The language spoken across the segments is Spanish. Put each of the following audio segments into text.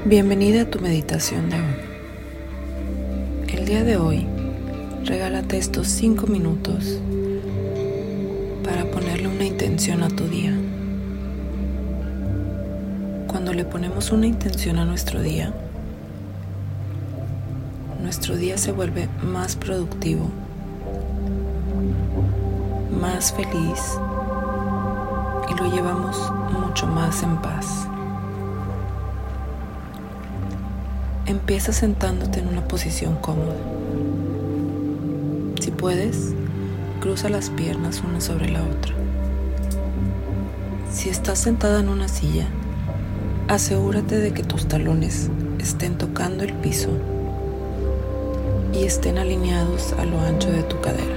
Bienvenida a tu meditación de hoy. El día de hoy, regálate estos 5 minutos para ponerle una intención a tu día. Cuando le ponemos una intención a nuestro día se vuelve más productivo, más feliz y lo llevamos mucho más en paz. Empieza sentándote en una posición cómoda. Si puedes, cruza las piernas una sobre la otra. Si estás sentada en una silla, asegúrate de que tus talones estén tocando el piso y estén alineados a lo ancho de tu cadera.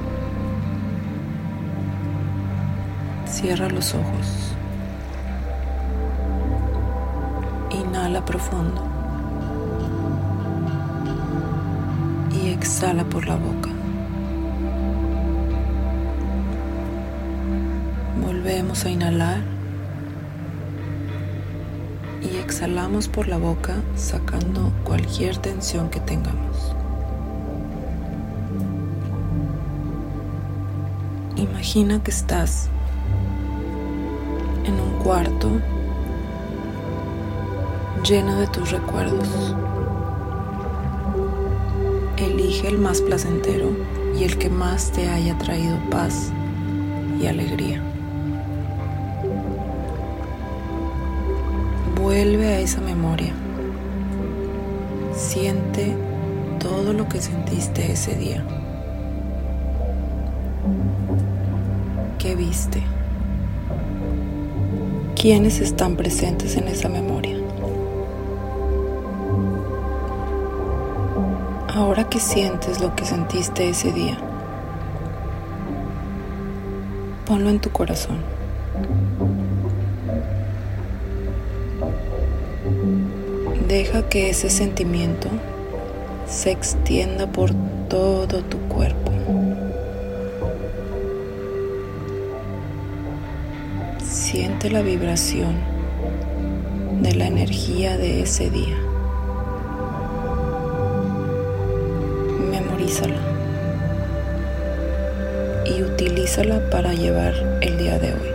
Cierra los ojos. Inhala profundo. Y exhala por la boca. Volvemos a inhalar y exhalamos por la boca, sacando cualquier tensión que tengamos. Imagina que estás en un cuarto lleno de tus recuerdos. Elige el más placentero y el que más te haya traído paz y alegría. Vuelve a esa memoria. Siente todo lo que sentiste ese día. ¿Qué viste? ¿Quiénes están presentes en esa memoria? Ahora que sientes lo que sentiste ese día, ponlo en tu corazón. Deja que ese sentimiento se extienda por todo tu cuerpo. Siente la vibración de la energía de ese día. Memorízala y utilízala para llevar el día de hoy.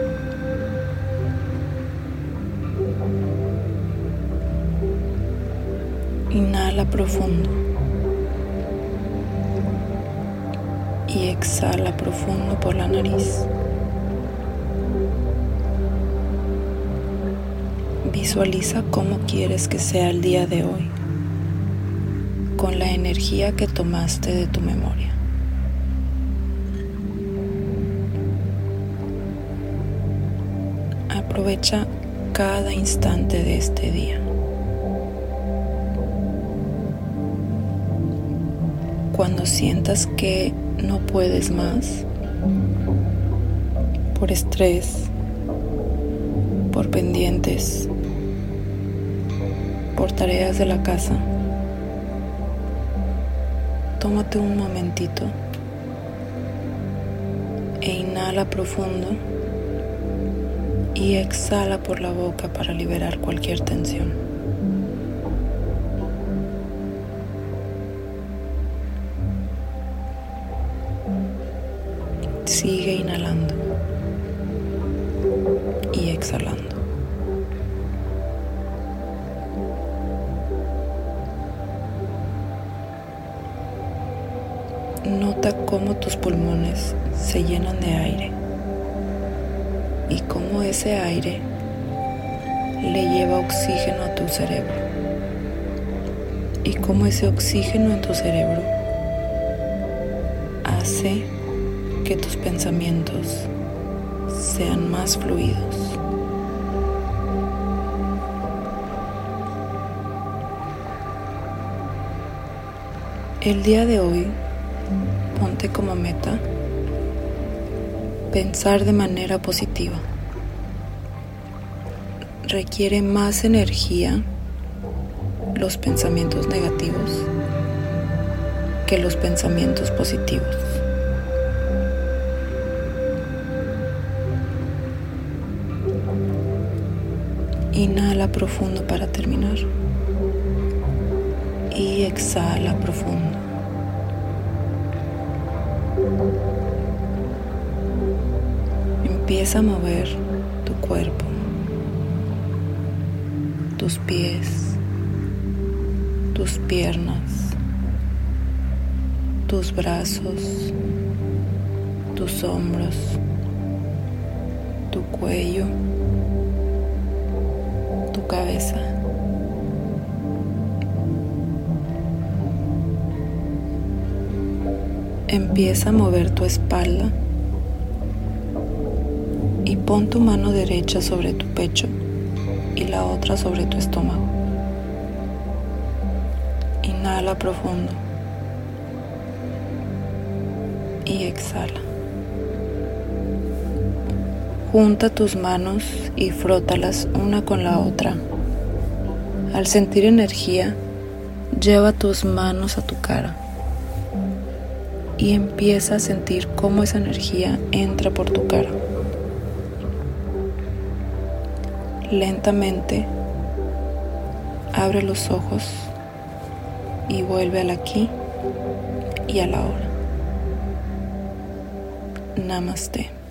Inhala profundo y exhala profundo por la nariz. Visualiza cómo quieres que sea el día de hoy, con la energía que tomaste de tu memoria. Aprovecha cada instante de este día. Cuando sientas que no puedes más, por estrés, por pendientes, por tareas de la casa, tómate un momentito e inhala profundo y exhala por la boca para liberar cualquier tensión. Sigue inhalando y exhalando. Nota cómo tus pulmones se llenan de aire y cómo ese aire le lleva oxígeno a tu cerebro y cómo ese oxígeno en tu cerebro hace que tus pensamientos sean más fluidos. El día de hoy, ponte como meta pensar de manera positiva. Requiere más energía los pensamientos negativos que los pensamientos positivos. Inhala profundo para terminar. Y exhala profundo. Empieza a mover tu cuerpo, tus pies, tus piernas, tus brazos, tus hombros, tu cuello, tu cabeza. Empieza a mover tu espalda y pon tu mano derecha sobre tu pecho y la otra sobre tu estómago. Inhala profundo y exhala. Junta tus manos y frótalas una con la otra. Al sentir energía, lleva tus manos a tu cara y empieza a sentir cómo esa energía entra por tu cara. Lentamente abre los ojos y vuelve al aquí y a la ahora. Namaste.